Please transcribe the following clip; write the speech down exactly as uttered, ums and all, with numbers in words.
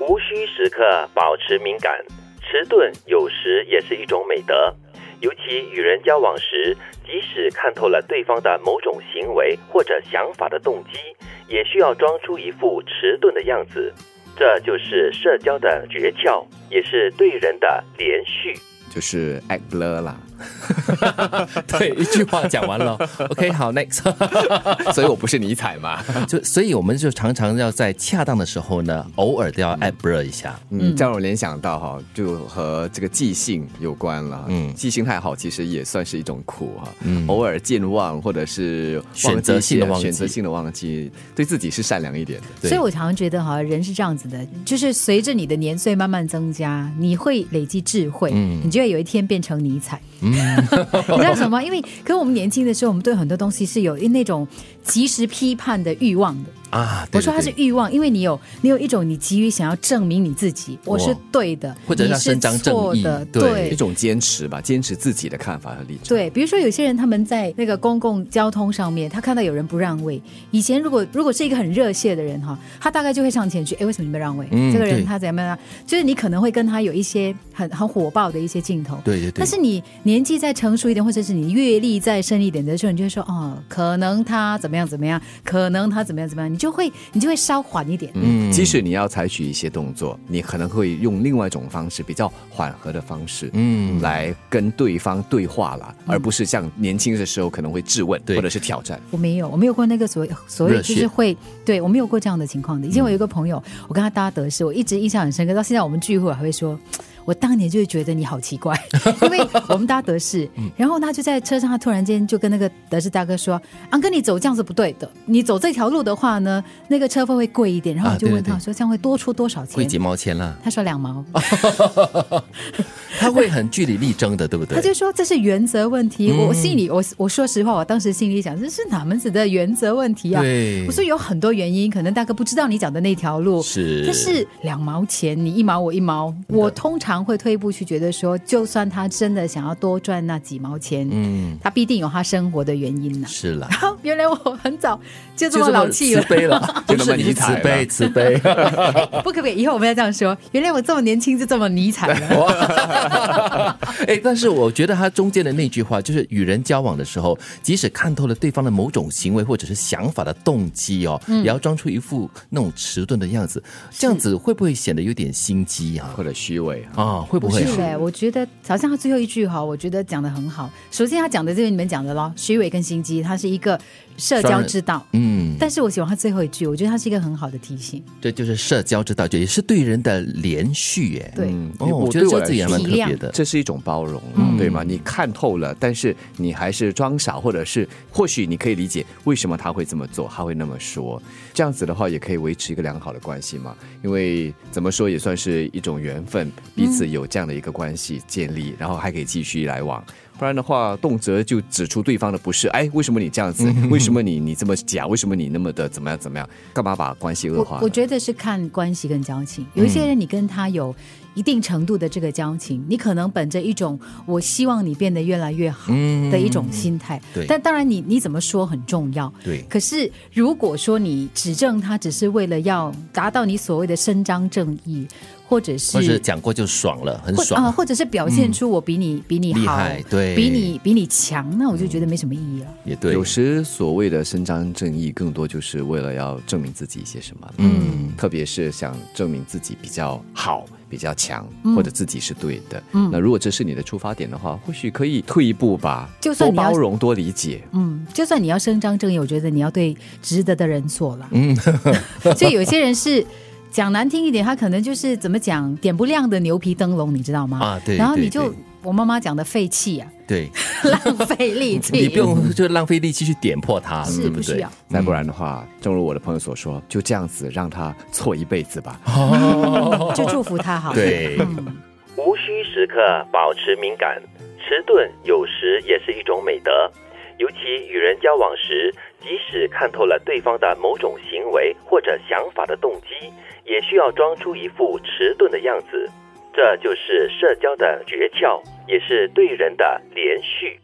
无需时刻保持敏感，迟钝有时也是一种美德。尤其与人交往时，即使看透了对方的某种行为或者想法的动机，也需要装出一副迟钝的样子。这就是社交的诀窍，也是对人的连续。 就是 act blur 啦。 对，一句话讲完了。OK， 好 ，next。 所以我不是尼采嘛， 就所以我们就常常要在恰当的时候呢，偶尔都要 act blur 一下。 嗯，这样我联想到哈，就和这个记性有关了。嗯，记性太好，其实也算是一种苦哈。嗯，偶尔健忘或者是选择性的忘记， 选择性的忘记，对自己是善良一点的。 所以我常常觉得哈，人是这样子的，就是随着你的年岁慢慢增加，你会累积智慧，嗯、你就会有一天变成尼采。嗯，你知道什么？因为跟我们年轻的时候，我们对很多东西是有那种及时批判的欲望的。 啊，对对对， 我说它是欲望，因为你有你有一种你急于想要证明你自己，我是对的， 或者要伸张正义的， 对， 一种坚持吧，坚持自己的看法和立场。 对，比如说有些人他们在那个公共交通上面，他看到有人不让位，以前如果如果是一个很热血的人哈，他大概就会上前去，哎，为什么你没让位？嗯、这个人他怎么样？就是你可能会跟他有一些很很火爆的一些镜头， 对对对。 但是你年纪再成熟一点，或者是你阅历再深一点的时候，你就会说哦，可能他怎么样怎么样，可能他怎么样怎么样，你就会你就会稍缓一点。 嗯，即使你要采取一些动作，你可能会用另外一种方式，比较缓和的方式，嗯，来跟对方对话啦，嗯、而不是像年轻的时候可能会质问或者是挑战。 我没有，我没有过那个所谓所谓就是会，对我没有过这样的情况的。以前我有一个朋友，嗯、我跟他搭德士，我一直印象很深刻，到现在我们聚会还会说。我当年就会觉得你好奇怪，因为我们搭德士，然后他就在车上，他突然间就跟那个德士大哥说：“安哥，你走这样是不对的，你走这条路的话呢，那个车费会贵一点。”然后我就问他说：“这样会多出多少钱？” 贵几毛钱啦？ 他说两毛。 他会很据理力争的，对不对？ 他就说这是原则问题。嗯、我心里，我我说实话，我当时心里想，这是哪门子的原则问题啊？ 对， 我说有很多原因，可能大哥不知道你讲的那条路是， 但是两毛钱，你一毛我一毛，我通常会退一步去觉得说，就算他真的想要多赚那几毛钱，嗯，他必定有他生活的原因呢、啊。 是了， 原来我很早就这么老气了， 慈悲了，就是你是慈悲慈悲。 不可不可以，以后我们要这样说，原来我这么年轻就这么尼采了。 哎，但是我觉得他中间的那句话，就是与人交往的时候，即使看透了对方的某种行为或者是想法的动机哦，嗯、也要装出一副那种迟钝的样子，这样子会不会显得有点心机啊， 或者虚伪啊？会不会？ 不是嘞，我觉得好像他最后一句哈，我觉得讲得很好。首先他讲的这个你们讲的咯，虚伪跟心机，它是一个社交之道。嗯，但是我喜欢他最后一句，我觉得他是一个很好的提醒。 这就是社交之道，也是对人的连续耶。 对， 嗯、 哦，我觉得这字也蛮特别的。 这是一种包容，嗯、对吗？你看透了，但是你还是装傻，或者是或许你可以理解为什么他会这么做，他会那么说。这样子的话，也可以维持一个良好的关系嘛。因为怎么说也算是一种缘分，彼此有这样的一个关系建立，嗯、然后还可以继续来往。不然的话，动辄就指出对方的不是，哎，为什么你这样子？为什么你你这么假？为什么你那么的怎么样怎么样？干嘛把关系恶化？ 我, 我觉得是看关系跟交情。有一些人，你跟他有一定程度的这个交情，嗯、你可能本着一种我希望你变得越来越好的一种心态。嗯、对，但当然你你怎么说很重要。 对， 可是如果说你指正他只是为了要达到你所谓的伸张正义。或者是或者讲过就爽了，很爽啊、呃，或者是表现出我比你、嗯、比你好， 厉害，对， 比你比你强，那我就觉得没什么意义了。 也对， 有时所谓的伸张正义，更多就是为了要证明自己一些什么，嗯，特别是想证明自己比较好、比较强，嗯、或者自己是对的。嗯，那如果这是你的出发点的话，或许可以退一步吧， 就算你多包容、多理解。 嗯，就算你要伸张正义，我觉得你要对值得的人做了。嗯，所以有些人是。讲难听一点，他可能就是怎么讲，点不亮的牛皮灯笼，你知道吗？ 啊，对。 然后你就对对我妈妈讲的废气啊， 对， 浪费力气， 你不用就浪费力气去点破它， 是对不对？ 再不然的话，正如我的朋友所说，就这样子让他错一辈子吧。 哦、就祝福他好。 对， 嗯、无需时刻保持敏感，迟钝有时也是一种美德。尤其与人交往时，即使看透了对方的某种行为或者想法的动机，也需要装出一副迟钝的样子。这就是社交的诀窍，也是对人的连续。